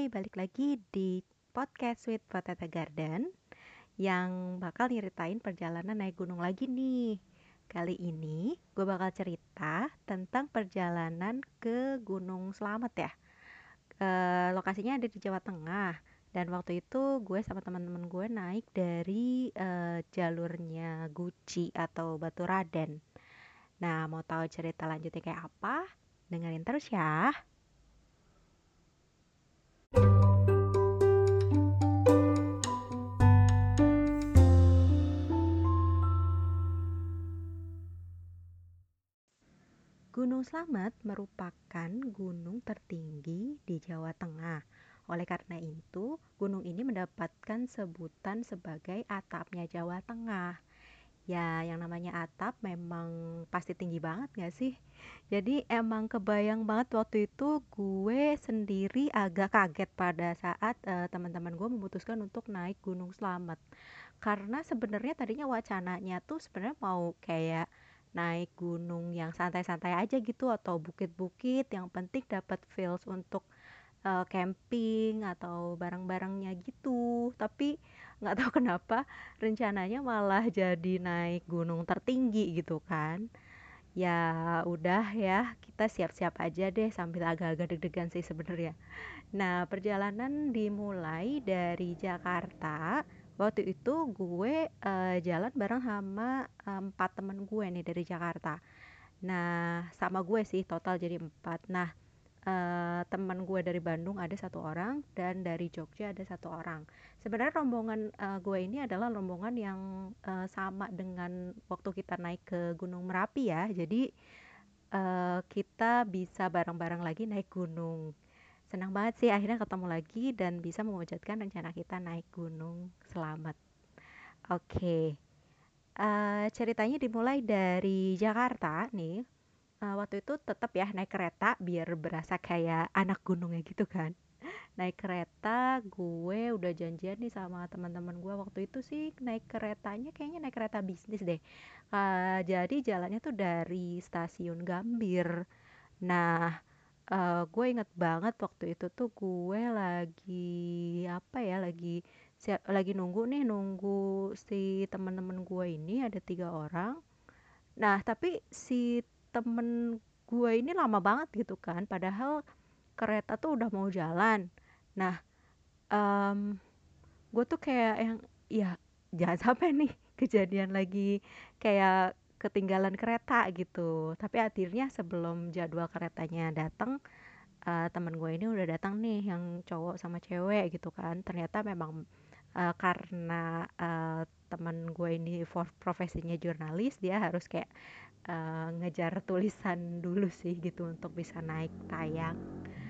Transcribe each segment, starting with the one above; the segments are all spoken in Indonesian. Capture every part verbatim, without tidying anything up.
balik lagi di podcast with Potato Garden yang bakal nyeritain perjalanan naik gunung lagi nih. Kali ini gue bakal cerita tentang perjalanan ke Gunung Slamet ya. Eh, lokasinya ada di Jawa Tengah. Dan waktu itu gue sama teman-teman gue naik dari eh, jalurnya Guci atau Baturaden. Nah, mau tahu cerita lanjutnya kayak apa? Dengerin terus ya. Gunung Slamet merupakan gunung tertinggi di Jawa Tengah. Oleh karena itu, gunung ini mendapatkan sebutan sebagai atapnya Jawa Tengah. Ya, yang namanya atap memang pasti tinggi banget gak sih? Jadi emang kebayang banget waktu itu gue sendiri agak kaget pada saat eh, teman-teman gue memutuskan untuk naik Gunung Slamet. Karena sebenarnya tadinya wacananya tuh sebenarnya mau kayak naik gunung yang santai-santai aja gitu atau bukit-bukit yang penting dapat feels untuk eh, camping atau barang-barangnya gitu. Tapi nggak tahu kenapa rencananya malah jadi naik gunung tertinggi gitu kan. Ya udah ya, kita siap-siap aja deh sambil agak-agak deg-degan sih sebenarnya. Nah, perjalanan dimulai dari Jakarta. Waktu itu gue eh, jalan bareng sama eh, empat temen gue nih dari Jakarta. Nah, sama gue sih total jadi empat. Nah, eh, teman gue dari Bandung ada satu orang dan dari Jogja ada satu orang. Sebenarnya rombongan eh, gue ini adalah rombongan yang eh, sama dengan waktu kita naik ke Gunung Merapi ya. Jadi eh, kita bisa bareng-bareng lagi naik gunung. Senang banget sih akhirnya ketemu lagi dan bisa mewujudkan rencana kita naik gunung selamat. Oke, eh, ceritanya dimulai dari Jakarta nih. Eh, waktu itu tetap ya naik kereta biar berasa kayak anak gunungnya gitu kan. Naik kereta, gue udah janjian nih sama teman-teman gue waktu itu sih naik keretanya kayaknya naik kereta bisnis deh. Eh, jadi jalannya tuh dari stasiun Gambir. Nah, Eee, gue inget banget waktu itu tuh gue lagi, apa ya, lagi siap lagi nunggu nih, nunggu si temen-temen gue ini ada tiga orang. Nah, tapi si temen gue ini lama banget gitu kan, padahal kereta tuh udah mau jalan. Nah, mmm, gue tuh kayak yang, ya jangan sampai nih kejadian lagi kayak ketinggalan kereta gitu. Tapi akhirnya sebelum jadwal keretanya datang eee, temen gue ini udah datang nih yang cowok sama cewek gitu kan. Ternyata memang, eee, karena, eee, temen gue ini for profesinya jurnalis, dia harus kayak, eee, ngejar tulisan dulu sih gitu untuk bisa naik tayang.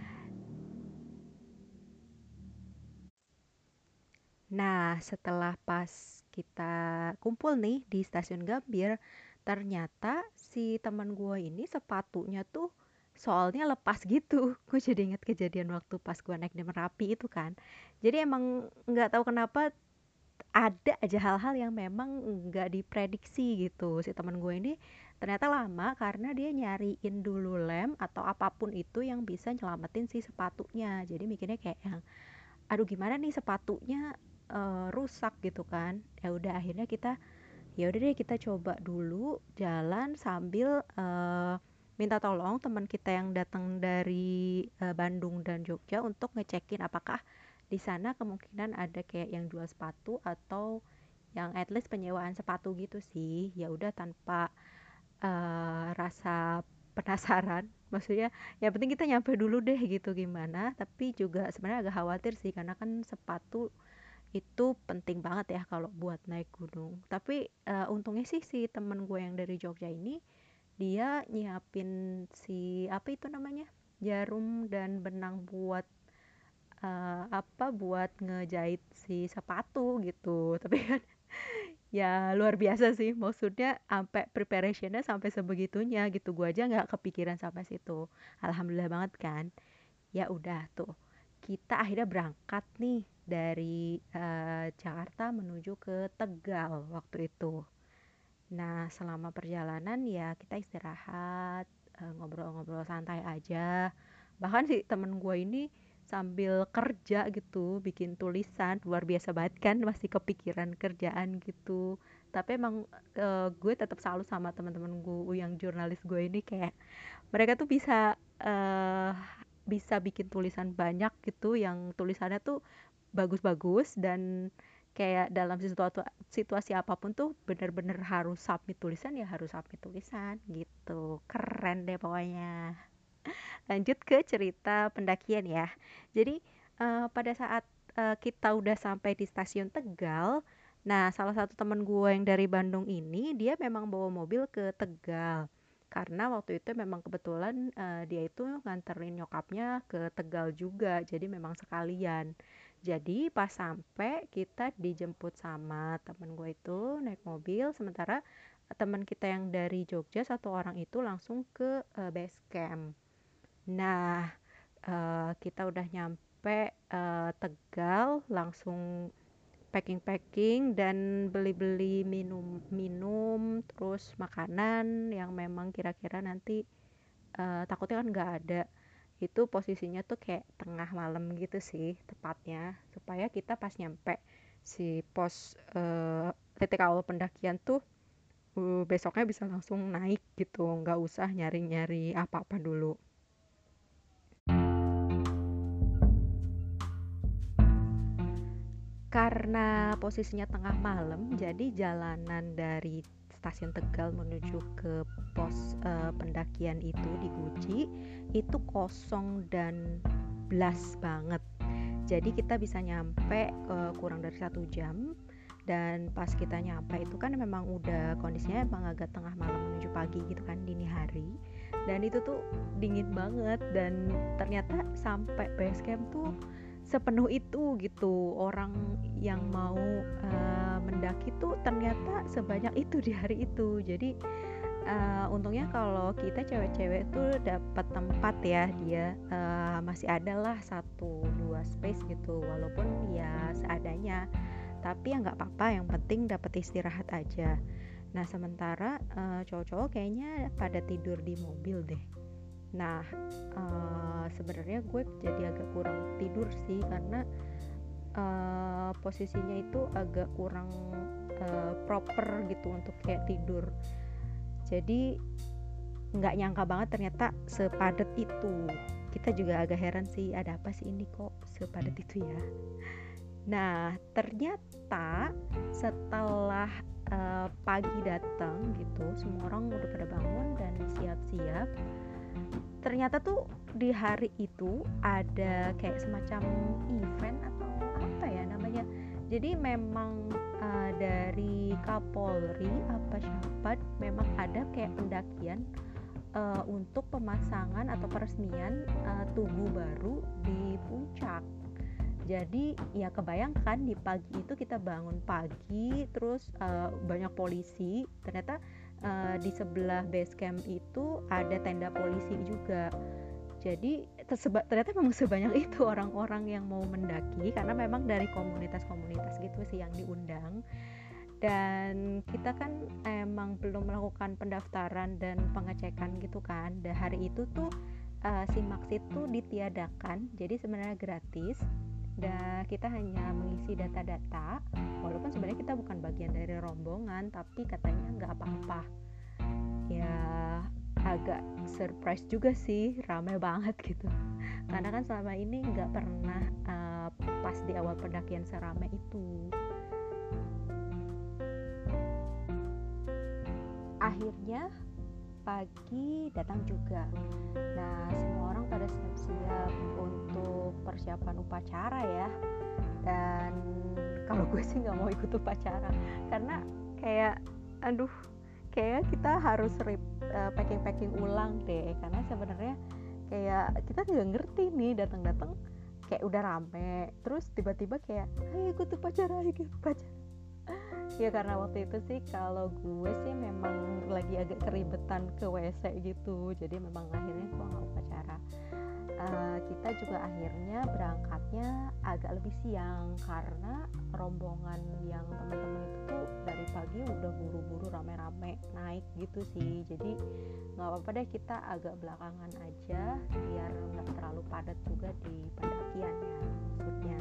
Nah, setelah pas kita kumpul nih di stasiun Gambir, ternyata si teman gue ini sepatunya tuh soalnya lepas gitu. Gue jadi inget kejadian waktu pas gue naik di Merapi itu kan. Jadi emang nggak tahu kenapa ada aja hal-hal yang memang nggak diprediksi gitu. Si teman gue ini ternyata lama karena dia nyariin dulu lem atau apapun itu yang bisa nyelamatin si sepatunya. Jadi mikirnya kayak yang aduh gimana nih sepatunya eh, rusak gitu kan. Ya udah akhirnya kita ya udah deh kita coba dulu jalan sambil eh, minta tolong teman kita yang datang dari eh, Bandung dan Jogja untuk ngecekin apakah di sana kemungkinan ada kayak yang jual sepatu atau yang at least penyewaan sepatu gitu sih. Ya udah tanpa eh, rasa penasaran maksudnya yang penting kita nyampe dulu deh gitu gimana, tapi juga sebenarnya agak khawatir sih karena kan sepatu itu penting banget ya kalau buat naik gunung. Tapi eh, untungnya sih si temen gue yang dari Jogja ini dia nyiapin si apa itu namanya jarum dan benang buat eh, apa buat ngejahit si sepatu gitu. Tapi kan ya luar biasa sih maksudnya sampai preparationnya sampai sebegitunya gitu. Gue aja nggak kepikiran sampai situ. Alhamdulillah banget kan. Ya udah tuh, kita akhirnya berangkat nih dari eh, Jakarta menuju ke Tegal waktu itu. Nah, selama perjalanan ya kita istirahat, eh, ngobrol-ngobrol santai aja. Bahkan si temen gue ini sambil kerja gitu, bikin tulisan. Luar biasa banget kan, masih kepikiran kerjaan gitu. Tapi emang eh, gue tetap salut sama teman-teman gue yang jurnalis gue ini, kayak mereka tuh bisa eh, bisa bikin tulisan banyak gitu, yang tulisannya tuh bagus-bagus, dan kayak dalam situasi situasi apapun tuh bener-bener harus submit tulisan, ya harus submit tulisan gitu. Keren deh pokoknya. Lanjut ke cerita pendakian ya. Jadi eh, pada saat eh, kita udah sampai di stasiun Tegal, nah salah satu temen gue yang dari Bandung ini dia memang bawa mobil ke Tegal. Karena waktu itu memang kebetulan eh, dia itu nganterin nyokapnya ke Tegal juga, jadi memang sekalian. Jadi pas sampai kita dijemput sama temen gue itu naik mobil, sementara teman kita yang dari Jogja satu orang itu langsung ke eh, base camp. Nah, eee, kita udah nyampe, eee, Tegal, langsung packing-packing dan beli-beli minum minum, terus makanan yang memang kira-kira nanti, eee, takutnya kan nggak ada. Itu posisinya tuh kayak tengah malam gitu sih tepatnya, supaya kita pas nyampe si pos, eee, titik awal pendakian tuh, eee, besoknya bisa langsung naik gitu, nggak usah nyari-nyari apa-apa dulu. Karena posisinya tengah malam, jadi jalanan dari stasiun Tegal menuju ke pos eh, pendakian itu di Guci itu kosong dan blas banget. Jadi kita bisa nyampe eh, kurang dari satu jam, dan pas kita nyampe itu kan memang udah kondisinya emang agak tengah malam menuju pagi gitu kan, dini hari, dan itu tuh dingin banget, dan ternyata sampai base camp tuh sepenuh itu gitu, orang yang mau uh, mendaki tuh ternyata sebanyak itu di hari itu. Jadi uh, untungnya kalau kita cewek-cewek tuh dapat tempat ya, dia uh, masih ada lah satu dua space gitu, walaupun ya seadanya, tapi ya nggak apa-apa, yang penting dapat istirahat aja. Nah sementara uh, cowok-cowok kayaknya pada tidur di mobil deh. Nah, uh, sebenarnya gue jadi agak kurang tidur sih, karena uh, posisinya itu agak kurang uh, proper gitu untuk kayak tidur. Jadi nggak nyangka banget ternyata sepadat itu. Kita juga agak heran sih, ada apa sih ini kok sepadat itu ya. Nah, ternyata setelah uh, pagi datang gitu, semua orang udah pada bangun dan siap-siap. Ternyata tuh di hari itu ada kayak semacam event atau apa ya namanya. Jadi memang uh, dari Kapolri apa siapa memang ada kayak pendakian uh, untuk pemasangan atau peresmian uh, tugu baru di puncak. Jadi ya kebayangkan di pagi itu kita bangun pagi, terus uh, banyak polisi. Ternyata uh, di sebelah base camp itu ada tenda polisi juga. Jadi terseba- ternyata memang sebanyak itu orang-orang yang mau mendaki, karena memang dari komunitas-komunitas gitu sih yang diundang. Dan kita kan emang belum melakukan pendaftaran dan pengecekan gitu kan. Dan hari itu tuh uh, si Maxit tuh ditiadakan, jadi sebenarnya gratis, dan kita hanya mengisi data-data, walaupun sebenarnya kita bukan bagian dari rombongan, tapi katanya nggak apa-apa ya. Agak surprise juga sih, ramai banget gitu, karena kan selama ini nggak pernah uh, pas di awal pendakian seramai itu. Akhirnya pagi datang juga. Nah, semua orang pada siap-siap untuk persiapan upacara ya. Dan kalau gue sih nggak mau ikut upacara, karena kayak aduh, kayak kita harus rip, uh, packing-packing ulang deh, karena sebenarnya kayak kita nggak ngerti nih, datang-datang kayak udah rame, terus tiba-tiba kayak ayo ikut upacara, ayo ikut upacara. Ya karena waktu itu sih kalau gue sih memang lagi agak keribetan ke W C gitu, jadi memang akhirnya gue nggak upacara. uh, kita juga akhirnya berangkatnya agak lebih siang karena rombongan yang teman-teman itu tuh dari pagi udah buru-buru rame-rame naik gitu sih. Jadi nggak apa-apa deh, kita agak belakangan aja biar nggak terlalu padat juga di pendakiannya maksudnya.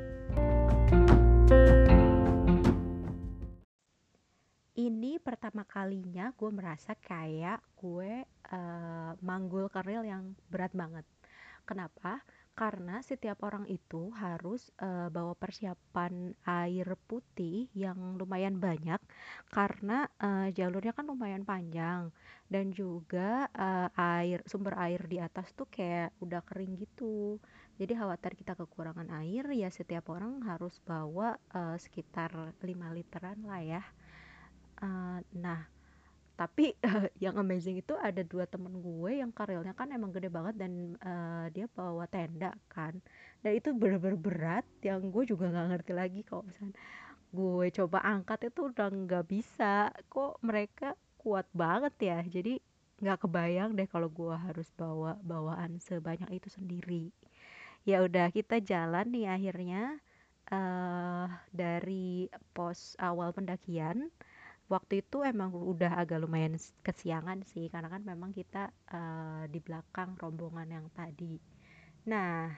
Ini pertama kalinya gue merasa kayak gue uh, manggul keril yang berat banget. Kenapa? Karena setiap orang itu harus uh, bawa persiapan air putih yang lumayan banyak karena uh, jalurnya kan lumayan panjang dan juga uh, air sumber air di atas tuh kayak udah kering gitu. Jadi khawatir kita kekurangan air ya setiap orang harus bawa uh, sekitar lima literan lah ya. Uh, nah, tapi yang amazing itu ada dua temen gue yang karilnya kan emang gede banget dan uh, dia bawa tenda kan, dan itu bener-bener berat yang gue juga nggak ngerti lagi kalau misalnya gue coba angkat itu udah nggak bisa, kok mereka kuat banget ya. Jadi nggak kebayang deh kalau gue harus bawa bawaan sebanyak itu sendiri. Ya udah, kita jalan nih akhirnya uh, dari pos awal pendakian. Waktu itu emang udah agak lumayan kesiangan sih karena kan memang kita uh, di belakang rombongan yang tadi. Nah,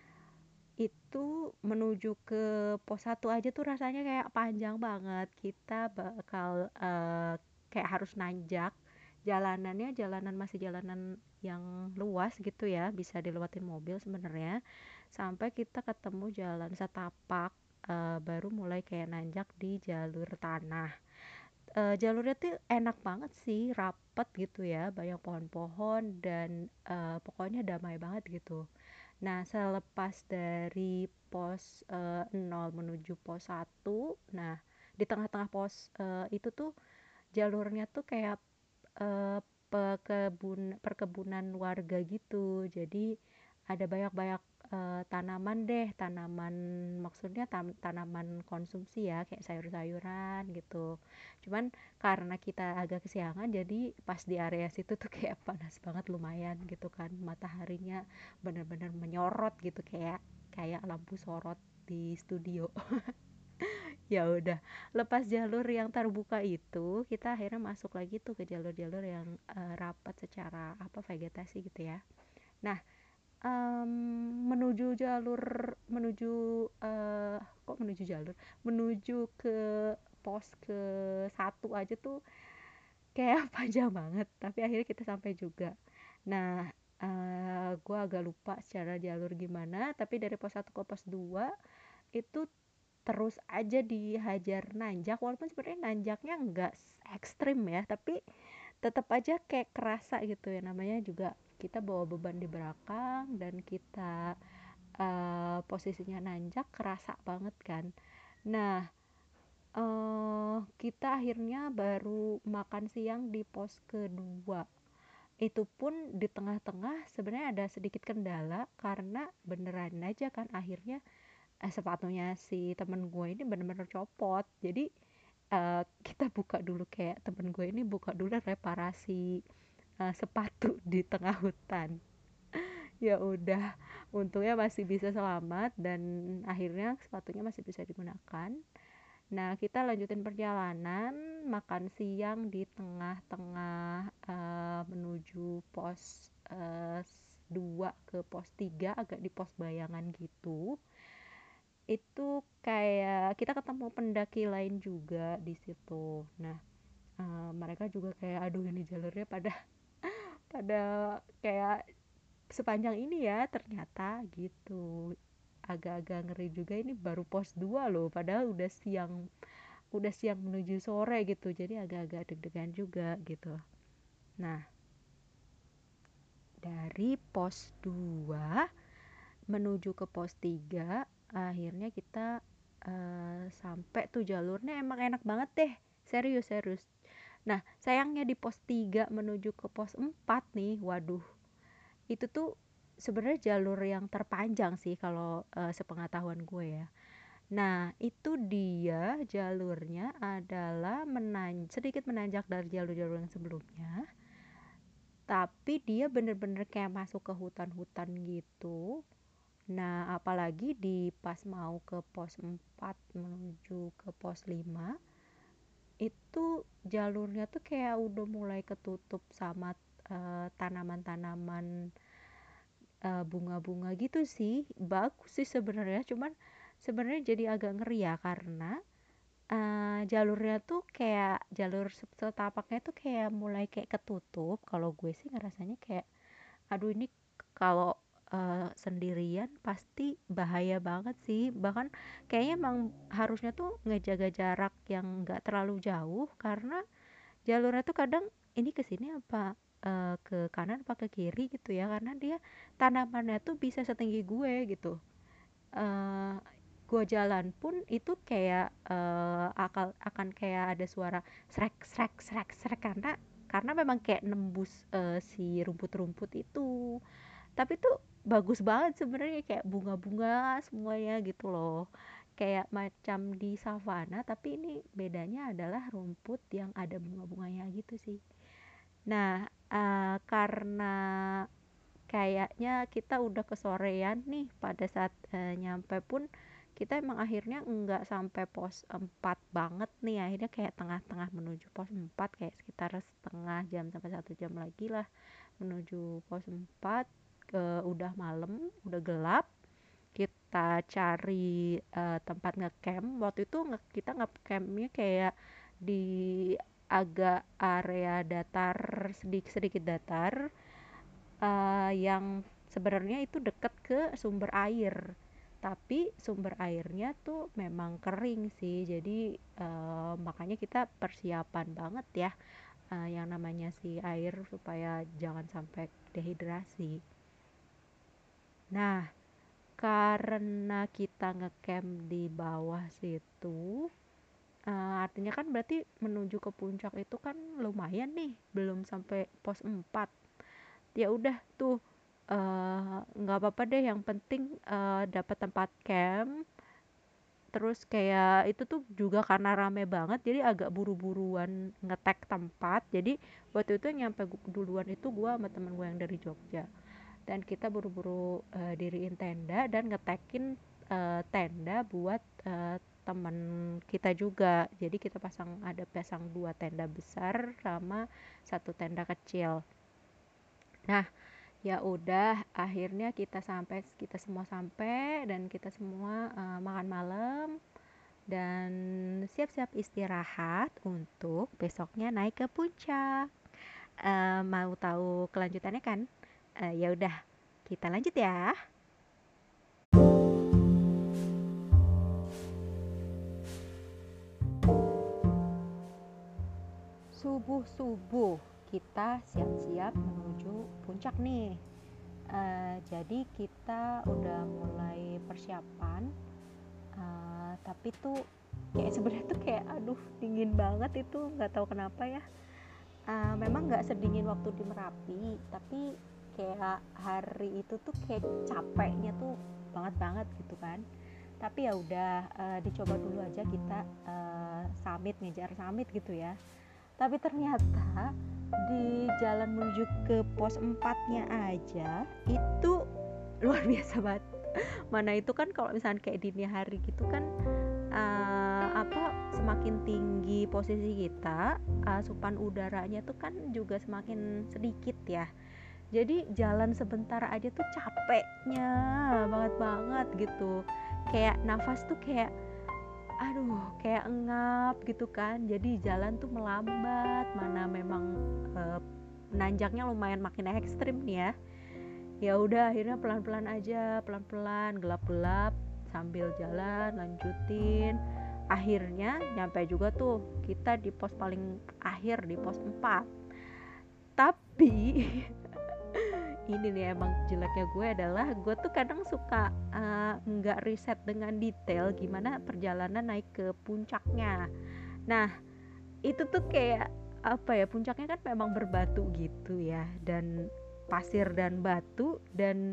itu menuju ke pos satu aja tuh rasanya kayak panjang banget. Kita bakal uh, kayak harus nanjak. Jalanannya jalanan masih jalanan yang luas gitu ya, bisa dilewatin mobil sebenarnya. Sampai kita ketemu jalan setapak, uh, baru mulai kayak nanjak di jalur tanah. Uh, jalurnya tuh enak banget sih, rapet gitu ya, banyak pohon-pohon dan uh, pokoknya damai banget gitu. Nah, selepas dari pos uh, nol menuju pos satu, nah di tengah-tengah pos uh, itu tuh jalurnya tuh kayak uh, pekebun perkebunan warga gitu. Jadi ada banyak-banyak uh, tanaman deh, tanaman maksudnya tam- tanaman konsumsi ya, kayak sayur-sayuran gitu. Cuman karena kita agak kesiangan, jadi pas di area situ tuh kayak panas banget lumayan gitu kan, mataharinya bener-bener menyorot gitu, kayak kayak lampu sorot di studio. Ya udah, lepas jalur yang terbuka itu kita akhirnya masuk lagi tuh ke jalur-jalur yang uh, rapat secara apa vegetasi gitu ya. Nah, um, menuju jalur menuju uh, kok menuju jalur menuju ke pos ke satu aja tuh kayak panjang banget, tapi akhirnya kita sampai juga. Nah, uh, gue agak lupa secara jalur gimana, tapi dari pos satu ke pos dua itu terus aja dihajar nanjak, walaupun sebenarnya nanjaknya enggak ekstrim ya, tapi tetap aja kayak kerasa gitu ya, namanya juga kita bawa beban di belakang dan kita uh, posisinya nanjak, kerasa banget kan. Nah, uh, kita akhirnya baru makan siang di pos kedua. Itu pun di tengah-tengah sebenarnya ada sedikit kendala karena beneran aja kan akhirnya eh, sepatunya si temen gue ini bener-bener copot. Jadi uh, kita buka dulu, kayak temen gue ini buka dulu reparasi uh, sepatu di tengah hutan. Ya udah, untungnya masih bisa selamat dan akhirnya sepatunya masih bisa digunakan. Nah, kita lanjutin perjalanan, makan siang di tengah-tengah uh, menuju pos uh, dua ke pos tiga, agak di pos bayangan gitu. Itu kayak kita ketemu pendaki lain juga di situ. Nah, uh, mereka juga kayak aduh ini jalurnya pada pada kayak sepanjang ini ya ternyata gitu. Agak-agak ngeri juga, ini baru pos dua loh, padahal udah siang udah siang menuju sore gitu, jadi agak-agak deg-degan juga gitu. Nah, dari pos dua menuju ke pos tiga akhirnya kita uh, sampai tuh, jalurnya emang enak banget deh, serius serius. Nah, sayangnya di pos tiga menuju ke pos empat nih, waduh, itu tuh sebenarnya jalur yang terpanjang sih kalau uh, sepengetahuan gue ya. Nah, itu dia jalurnya adalah menan sedikit menanjak dari jalur-jalur yang sebelumnya, tapi dia bener-bener kayak masuk ke hutan-hutan gitu. Nah, apalagi di pas mau ke pos empat menuju ke pos lima, itu jalurnya tuh kayak udah mulai ketutup sama eh, tanaman-tanaman, eh, bunga-bunga gitu sih. Bagus sih sebenarnya, cuman sebenarnya jadi agak ngeri ya karena eh, jalurnya tuh kayak jalur setapaknya tuh kayak mulai kayak ketutup. Kalau gue sih ngerasanya kayak, aduh ini kalau eh, sendirian pasti bahaya banget sih. Bahkan kayaknya emang harusnya tuh ngejaga jarak yang nggak terlalu jauh karena jalurnya tuh kadang ini ke sini apa eh, ke kanan apa ke kiri gitu ya, karena dia tanamannya tuh bisa setinggi gue gitu. eh Gua jalan pun itu kayak eh, akal akan kayak ada suara srek srek srek srek karena karena memang kayak nembus eh, si rumput-rumput itu. Tapi tuh bagus banget sebenarnya, kayak bunga-bunga semuanya gitu loh. Kayak macam di savana, tapi ini bedanya adalah rumput yang ada bunga-bunganya gitu sih. Nah, eh, karena kayaknya kita udah kesorean nih pada saat eh, nyampe pun, kita emang akhirnya nggak sampai pos empat banget nih, akhirnya kayak tengah-tengah menuju pos empat, kayak sekitar setengah jam sampai satu jam lagi lah menuju pos empat. Ke udah malam, udah gelap, kita cari eh, tempat ngecamp. Waktu itu nge kita ngecampnya kayak di agak area datar, sedikit sedikit datar, eh, yang sebenarnya itu deket ke sumber air, tapi sumber airnya tuh memang kering sih. Jadi eh, makanya kita persiapan banget ya, eh, yang namanya si air supaya jangan sampai dehidrasi. Nah, karena kita ngecamp di bawah situ, eh, artinya kan berarti menuju ke puncak itu kan lumayan nih, belum sampai pos empat. Ya udah tuh, eh, nggak apa-apa deh, yang penting eh, dapat tempat camp. Terus kayak itu tuh juga karena rame banget jadi agak buru-buruan ngetek tempat. Jadi waktu itu yang nyampe gu- duluan itu gua sama temen gue yang dari Jogja, dan kita buru-buru eh, diriin tenda dan ngetekin eh, tenda buat eh, temen kita juga. Jadi kita pasang ada pasang dua tenda besar sama satu tenda kecil. Nah, ya udah akhirnya kita sampai, kita semua sampai, dan kita semua eh, makan malam dan siap-siap istirahat untuk besoknya naik ke puncak. Eh, mau tahu kelanjutannya kan? Eh, ya udah, kita lanjut ya. Subuh-subuh kita siap-siap menuju puncak nih. Eh, jadi kita udah mulai persiapan, eh, tapi tuh kayak sebenarnya tuh kayak aduh dingin banget itu, nggak tahu kenapa ya. Eh, memang nggak sedingin waktu di Merapi, tapi kayak hari itu tuh kayak capeknya tuh banget banget gitu kan. Tapi ya udah, eh, dicoba dulu aja kita eh, summit, ngejar summit gitu ya. Tapi ternyata di jalan menuju ke pos empatnya aja itu luar biasa banget. Mana itu kan kalau misalnya kayak dini hari gitu kan, uh, apa semakin tinggi posisi kita, asupan udaranya tuh kan juga semakin sedikit ya. Jadi jalan sebentar aja tuh capeknya banget banget gitu. Kayak nafas tuh kayak aduh kayak engap gitu kan, jadi jalan tuh melambat, mana memang eh, nanjaknya lumayan makin ekstrim nih ya. Ya udah akhirnya pelan-pelan aja, pelan-pelan, gelap-gelap, sambil jalan lanjutin. Akhirnya nyampe juga tuh kita di pos paling akhir, di pos empat. Tapi ini nih emang jeleknya gue adalah gue tuh kadang suka uh, nggak riset dengan detail gimana perjalanan naik ke puncaknya. Nah itu tuh kayak apa ya, puncaknya kan memang berbatu gitu ya, dan pasir dan batu, dan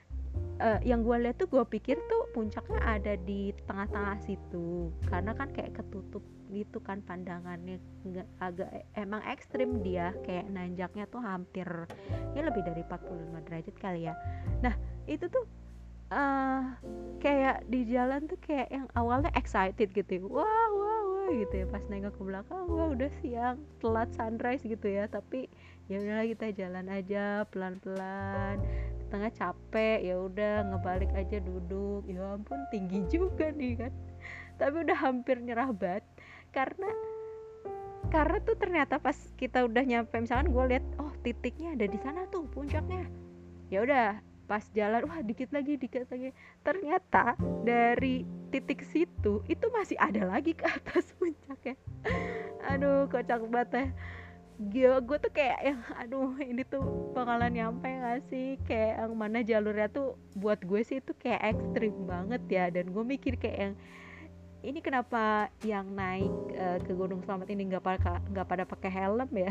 uh, yang gue lihat tuh gue pikir tuh puncaknya ada di tengah-tengah situ karena kan kayak ketutup gitu kan pandangannya, nggak agak emang ekstrim dia kayak nanjaknya tuh hampir ya lebih dari empat puluh lima derajat kali ya. Nah itu tuh uh, kayak di jalan tuh kayak yang awalnya excited gitu ya, wah wah wah gitu ya, pas nengok ke belakang wah udah siang telat sunrise gitu ya, tapi ya udahlah kita jalan aja pelan-pelan, tengah capek ya udah ngebalik aja duduk, ya ampun tinggi juga nih kan, tapi udah hampir nyerah banget karena karena tuh ternyata pas kita udah nyampe, misalkan gue lihat oh titiknya ada di sana tuh puncaknya, ya udah pas jalan wah dikit lagi dikit lagi, ternyata dari titik situ itu masih ada lagi ke atas puncaknya. Aduh kocak banget ya. Gila, gue tuh kayak yang aduh ini tuh bakalan nyampe gak sih, kayak yang mana jalurnya tuh buat gue sih itu kayak ekstrim banget ya, dan gue mikir kayak yang ini kenapa yang naik uh, ke Gunung Slamet ini nggak pada nggak pada pakai helm ya.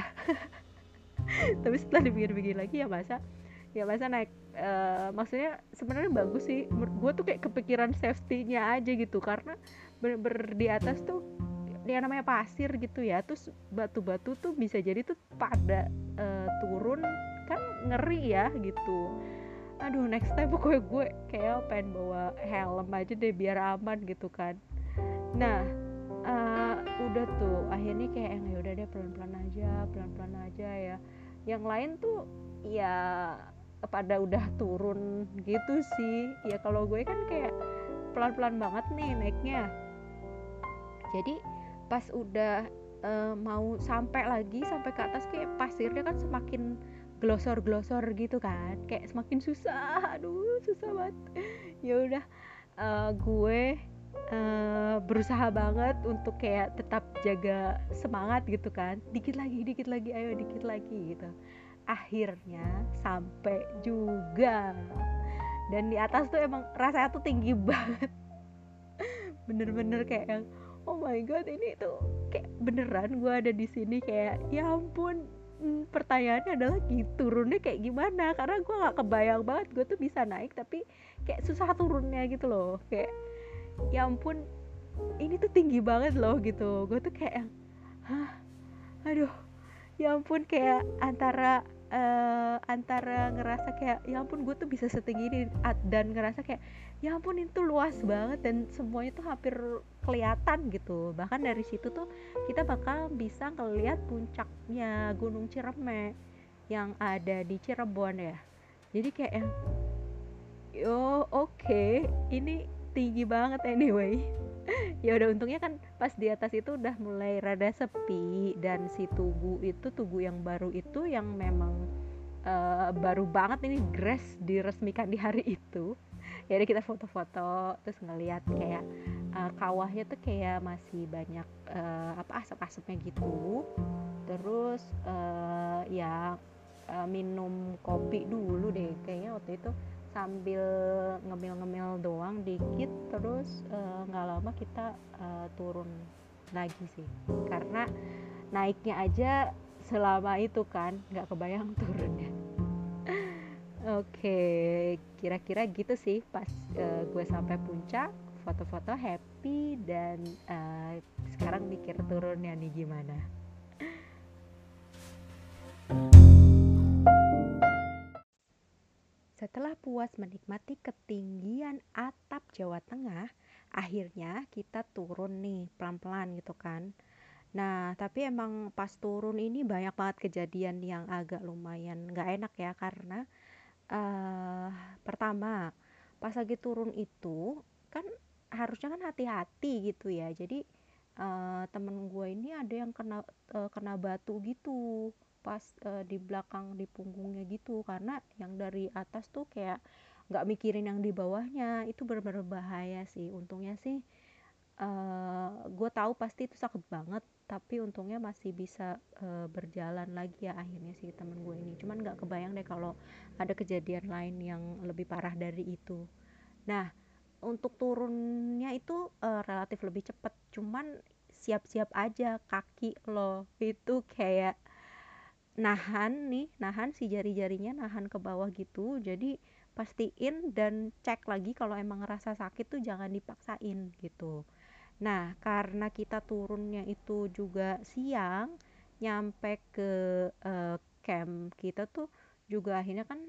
Tapi setelah dipikir-pikir lagi ya masa ya masa naik uh, maksudnya sebenarnya bagus sih menurut gue tuh, kayak kepikiran safety-nya aja gitu, karena bener-bener di atas tuh yang namanya pasir gitu ya, terus batu-batu tuh bisa jadi tuh pada uh, turun kan, ngeri ya gitu. Aduh next time pokoknya gue kayak pengen bawa helm aja deh biar aman gitu kan. Nah uh, udah tuh akhirnya kayak yang ya udah deh pelan-pelan aja pelan-pelan aja ya, yang lain tuh ya pada udah turun gitu sih ya. Kalau gue kan kayak pelan-pelan banget nih naiknya, jadi pas udah uh, mau sampai lagi sampai ke atas kayak pasirnya kan semakin glosor-glosor gitu kan, kayak semakin susah, aduh susah banget. Ya udah uh, gue uh, berusaha banget untuk kayak tetap jaga semangat gitu kan, dikit lagi dikit lagi ayo dikit lagi gitu. Akhirnya sampai juga, dan di atas tuh emang rasanya tuh tinggi banget, bener-bener kayak yang oh my god ini tuh kayak beneran gue ada di sini, kayak ya ampun. Hmm, pertanyaannya adalah gitu turunnya kayak gimana, karena gue nggak kebayang banget gue tuh bisa naik tapi kayak susah turunnya gitu loh, kayak ya ampun ini tuh tinggi banget loh gitu. Gue tuh kayak yang hah aduh ya ampun, kayak antara uh, antara ngerasa kayak ya ampun gue tuh bisa setinggi ini, dan ngerasa kayak ya ampun itu luas banget dan semuanya tuh hampir kelihatan gitu. Bahkan dari situ tuh kita bakal bisa ngeliat puncaknya Gunung Ciremai yang ada di Cirebon ya. Jadi kayak yang yo oke okay, ini tinggi banget anyway. Ya udah untungnya kan pas di atas itu udah mulai rada sepi, dan si tugu itu tugu yang baru itu yang memang uh, baru banget ini grass diresmikan di hari itu. Ya udah kita foto-foto terus ngeliat kayak uh, kawahnya tuh kayak masih banyak uh, apa asap-asapnya gitu. Terus uh, ya uh, minum kopi dulu deh kayaknya waktu itu sambil ngemil-ngemil doang dikit, terus nggak uh, lama kita uh, turun lagi sih, karena naiknya aja selama itu kan nggak kebayang turunnya. Oke, kira-kira gitu sih pas uh, gue sampai puncak, foto-foto happy, dan uh, sekarang mikir turunnya nih gimana. Setelah puas menikmati ketinggian atap Jawa Tengah, akhirnya kita turun nih pelan-pelan gitu kan. Nah, tapi emang pas turun ini banyak banget kejadian yang agak lumayan gak enak ya, karena uh, pertama, pas lagi turun itu kan harusnya kan hati-hati gitu ya. Jadi uh, temen gue ini ada yang kena uh, kena batu gitu pas uh, di belakang di punggungnya gitu, karena yang dari atas tuh kayak nggak mikirin yang di bawahnya, itu bener-bener bahaya sih. Untungnya sih uh, gue tahu pasti itu sakit banget, tapi untungnya masih bisa uh, berjalan lagi ya akhirnya sih temen gue ini. Cuman nggak kebayang deh kalau ada kejadian lain yang lebih parah dari itu. Nah untuk turunnya itu uh, relatif lebih cepat, cuman siap-siap aja kaki lo itu kayak nahan nih nahan si jari-jarinya nahan ke bawah gitu, jadi pastiin dan cek lagi kalau emang ngerasa sakit tuh jangan dipaksain gitu. Nah, karena kita turunnya itu juga siang, nyampe ke eh, camp kita tuh juga akhirnya kan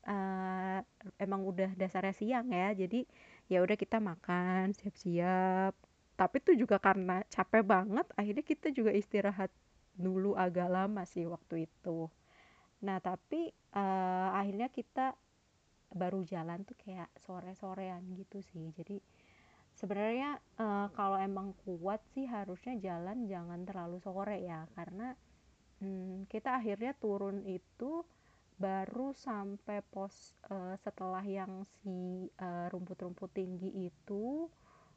eh, emang udah dasarnya siang ya. Jadi ya udah kita makan, siap-siap. Tapi tuh juga karena capek banget, akhirnya kita juga istirahat dulu agak lama sih waktu itu. Nah, tapi eh, akhirnya kita baru jalan tuh kayak sore-sorean gitu sih. Jadi sebenarnya, eee, kalau emang kuat sih harusnya jalan jangan terlalu sore ya, karena, mmm, kita akhirnya turun itu baru sampai pos, eee, setelah yang si, eee, rumput-rumput tinggi itu,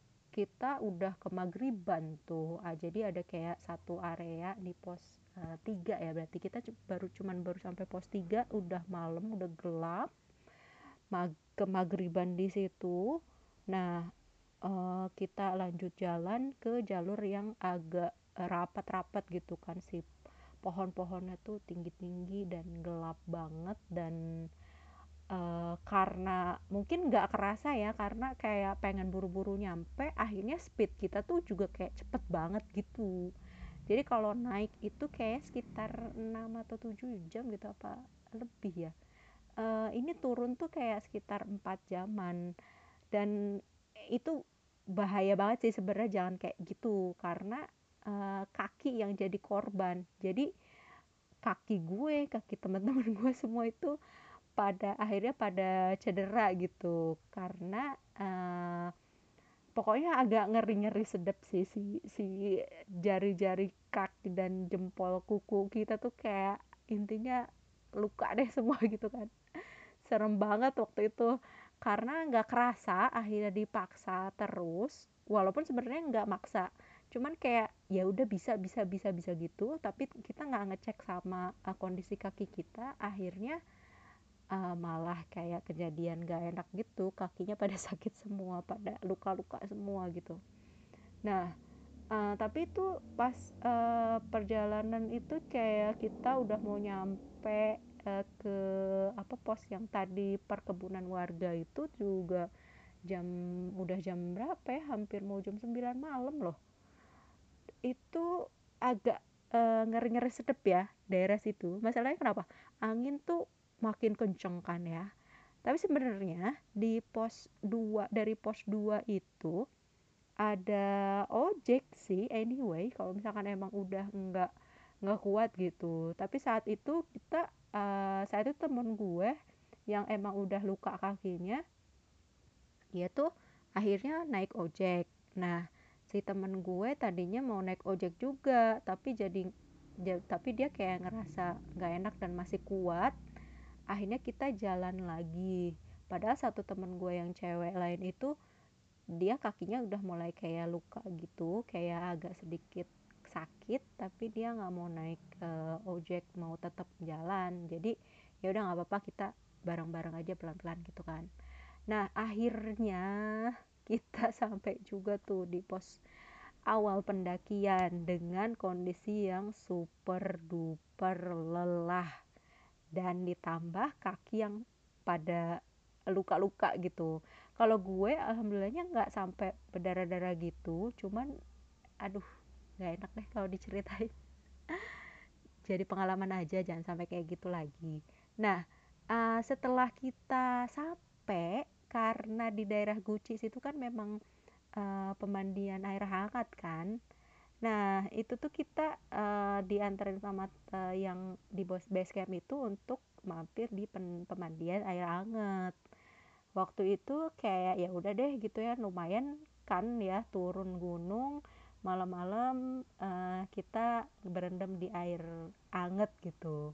kita udah kemaghriban tuh. Ah, jadi ada kayak satu area di pos, eee, tiga ya, berarti kita cu baru cuman baru sampai pos tiga udah malam, udah gelap, mag kemaghriban di situ. Nah, eee, kita lanjut jalan ke jalur yang agak rapat-rapat gitu kan, si pohon-pohonnya tuh tinggi-tinggi dan gelap banget. Dan eee, karena mungkin nggak kerasa ya, karena kayak pengen buru-buru nyampe, akhirnya speed kita tuh juga kayak cepet banget gitu. Jadi kalau naik itu kayak sekitar enam atau tujuh jam gitu, apa lebih ya. Eee, ini turun tuh kayak sekitar empat jaman. Dan itu bahaya banget sih sebenarnya, jangan kayak gitu, karena eh, kaki yang jadi korban. Jadi kaki gue, kaki teman-teman gue semua itu pada akhirnya pada cedera gitu, karena eh, pokoknya agak ngeri-ngeri sedep sih, si si jari-jari kaki dan jempol kuku kita tuh kayak intinya luka deh semua gitu kan. Serem banget waktu itu, karena nggak kerasa akhirnya dipaksa terus, walaupun sebenarnya nggak maksa, cuman kayak ya udah bisa bisa bisa bisa gitu, tapi kita nggak ngecek sama uh, kondisi kaki kita. Akhirnya uh, malah kayak kejadian gak enak gitu, kakinya pada sakit semua, pada luka-luka semua gitu. Nah, uh, tapi itu pas uh, perjalanan itu kayak kita udah mau nyampe uh, ke apa pos yang tadi perkebunan warga itu juga jam udah jam berapa ya, hampir mau jam sembilan malam loh. Itu agak uh, ngeri-ngeri sedep ya daerah situ. Masalahnya kenapa? Angin tuh makin kenceng kan ya. Tapi sebenarnya di pos dua, dari pos dua itu ada ojek sih anyway, kalau misalkan emang udah nggak nggak kuat gitu. Tapi saat itu kita eh, saat itu temen gue yang emang udah luka kakinya, dia tuh akhirnya naik ojek. Nah, si temen gue tadinya mau naik ojek juga, tapi jadi ja- tapi dia kayak ngerasa nggak enak dan masih kuat. Akhirnya kita jalan lagi. Padahal satu temen gue yang cewek lain itu dia kakinya udah mulai kayak luka gitu, kayak agak sedikit sakit, tapi dia nggak mau naik eh, ojek, mau tetap jalan. Jadi ya udah nggak apa-apa, kita bareng-bareng aja pelan-pelan gitu kan. Nah, akhirnya kita sampai juga tuh di pos awal pendakian dengan kondisi yang super duper lelah, dan ditambah kaki yang pada luka-luka gitu. Kalau gue alhamdulillahnya nggak sampai berdarah-darah gitu, cuman aduh nggak enak deh kalau diceritain. Jadi pengalaman aja, jangan sampai kayak gitu lagi. Nah, uh, setelah kita sampai, karena di daerah Gucis itu kan memang uh, pemandian air hangat kan. Nah, itu tuh kita uh, diantarin sama uh, yang di bos base camp itu untuk mampir di pen- pemandian air hangat. Waktu itu kayak ya udah deh gitu ya, lumayan kan ya, turun gunung malam-malam, eh, kita berendam di air anget gitu.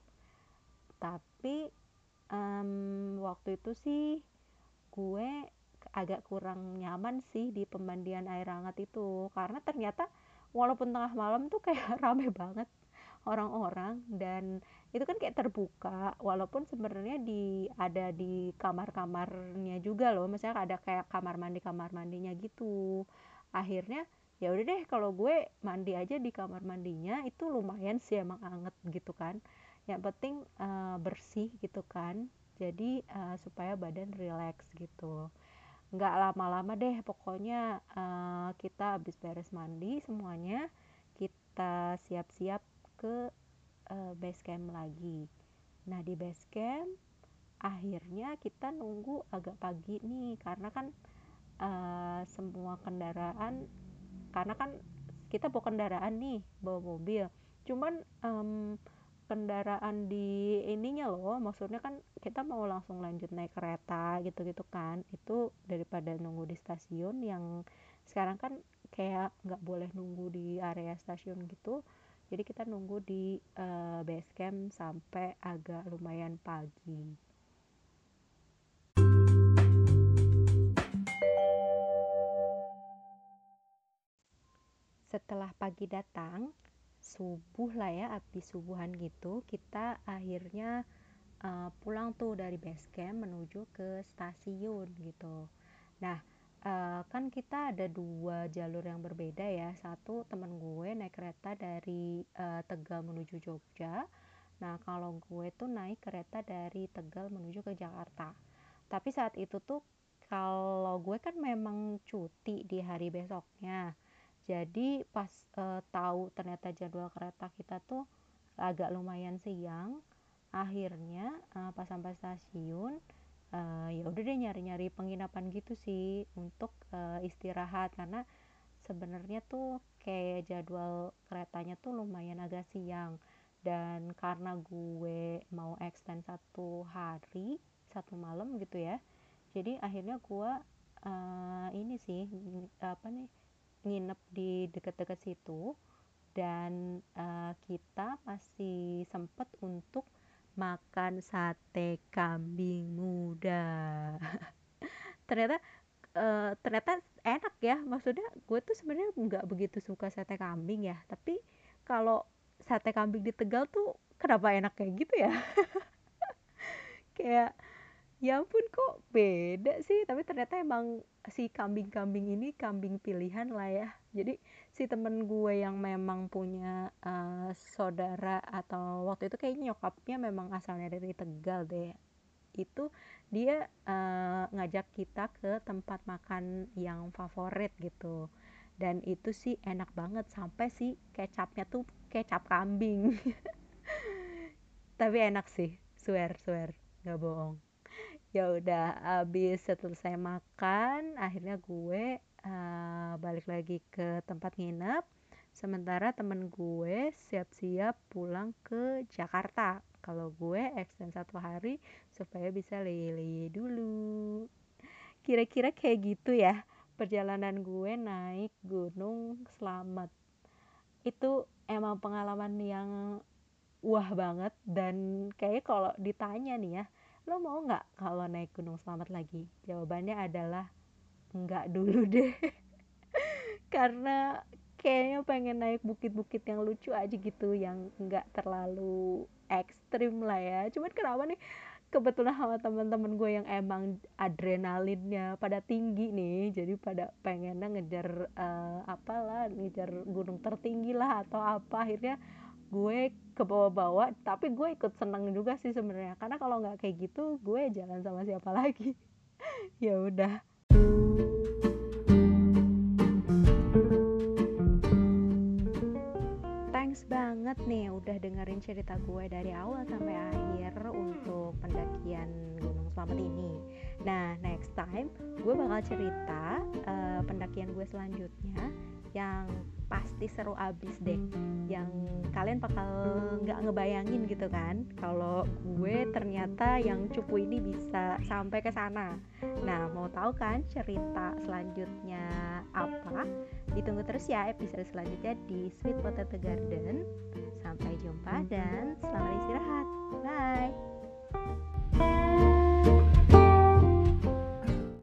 Tapi em, waktu itu sih gue agak kurang nyaman sih di pemandian air hangat itu, karena ternyata walaupun tengah malam tuh kayak rame banget orang-orang, dan itu kan kayak terbuka, walaupun sebenarnya di ada di kamar-kamarnya juga loh, misalnya ada kayak kamar mandi kamar mandinya gitu. Akhirnya ya udah deh, kalau gue mandi aja di kamar mandinya, itu lumayan sih emang anget gitu kan. yang penting uh, bersih gitu kan, jadi uh, supaya badan rileks gitu. Nggak lama-lama deh pokoknya, uh, kita habis beres mandi semuanya, kita siap-siap ke uh, base camp lagi. Nah di base camp akhirnya kita nunggu agak pagi nih, karena kan uh, semua kendaraan, karena kan kita bawa kendaraan nih, bawa mobil, cuman um, kendaraan di ininya loh, maksudnya kan kita mau langsung lanjut naik kereta gitu-gitu kan, itu daripada nunggu di stasiun yang sekarang kan kayak nggak boleh nunggu di area stasiun gitu, jadi kita nunggu di uh, base camp sampai agak lumayan pagi. Setelah pagi datang, subuh lah ya, habis subuhan gitu, kita akhirnya uh, pulang tuh dari base camp menuju ke stasiun gitu. Nah, uh, kan kita ada dua jalur yang berbeda ya. Satu, temen gue naik kereta dari uh, Tegal menuju Jogja. Nah, kalau gue tuh naik kereta dari Tegal menuju ke Jakarta. Tapi saat itu tuh kalau gue kan memang cuti di hari besoknya. Jadi pas uh, tahu ternyata jadwal kereta kita tuh agak lumayan siang, akhirnya uh, pas sampai stasiun, uh, ya udah deh nyari-nyari penginapan gitu sih untuk uh, istirahat, karena sebenarnya tuh kayak jadwal keretanya tuh lumayan agak siang, dan karena gue mau extend satu hari satu malam gitu ya, jadi akhirnya gue uh, ini sih apa nih nginep di deket-deket situ, dan uh, kita masih sempet untuk makan sate kambing muda. ternyata uh, ternyata enak ya, maksudnya gue tuh sebenarnya nggak begitu suka sate kambing ya, tapi kalau sate kambing di Tegal tuh kenapa enak kayak gitu ya. Kayak ya ampun kok beda sih, tapi ternyata emang si kambing-kambing ini kambing pilihan lah ya. Jadi si temen gue yang memang punya uh, saudara, atau waktu itu kayaknya nyokapnya memang asalnya dari Tegal deh, itu dia uh, ngajak kita ke tempat makan yang favorit gitu, dan itu sih enak banget, sampai si kecapnya tuh kecap kambing. Tapi enak sih, swear swear nggak bohong. Ya udah abis selesai makan, akhirnya gue uh, balik lagi ke tempat nginep, sementara temen gue siap-siap pulang ke Jakarta. Kalau gue extend satu hari supaya bisa lele dulu. Kira-kira kayak gitu ya perjalanan gue naik Gunung Slamet. Itu emang pengalaman yang wah banget, dan kayaknya kalau ditanya nih ya, lo mau nggak kalau naik Gunung Slamet lagi? Jawabannya adalah nggak dulu deh. Karena kayaknya pengen naik bukit-bukit yang lucu aja gitu, yang nggak terlalu ekstrim lah ya. Cuman kenapa nih, kebetulan sama teman-teman gue yang emang adrenalinnya pada tinggi nih, jadi pada pengennya ngejar uh, apalah, ngejar gunung tertinggi lah atau apa, akhirnya gue ke bawah-bawah, tapi gue ikut seneng juga sih sebenarnya, karena kalau nggak kayak gitu gue jalan sama siapa lagi. Ya udah, thanks banget nih udah dengerin cerita gue dari awal sampai akhir untuk pendakian Gunung Slamet ini. Nah, next time gue bakal cerita uh, pendakian gue selanjutnya yang pasti seru abis deh, yang kalian bakal nggak ngebayangin gitu kan kalau gue ternyata yang cupu ini bisa sampai ke sana. Nah, mau tahu kan cerita selanjutnya apa? Ditunggu terus ya episode selanjutnya di Sweet Potato Garden. Sampai jumpa dan selamat istirahat. Bye.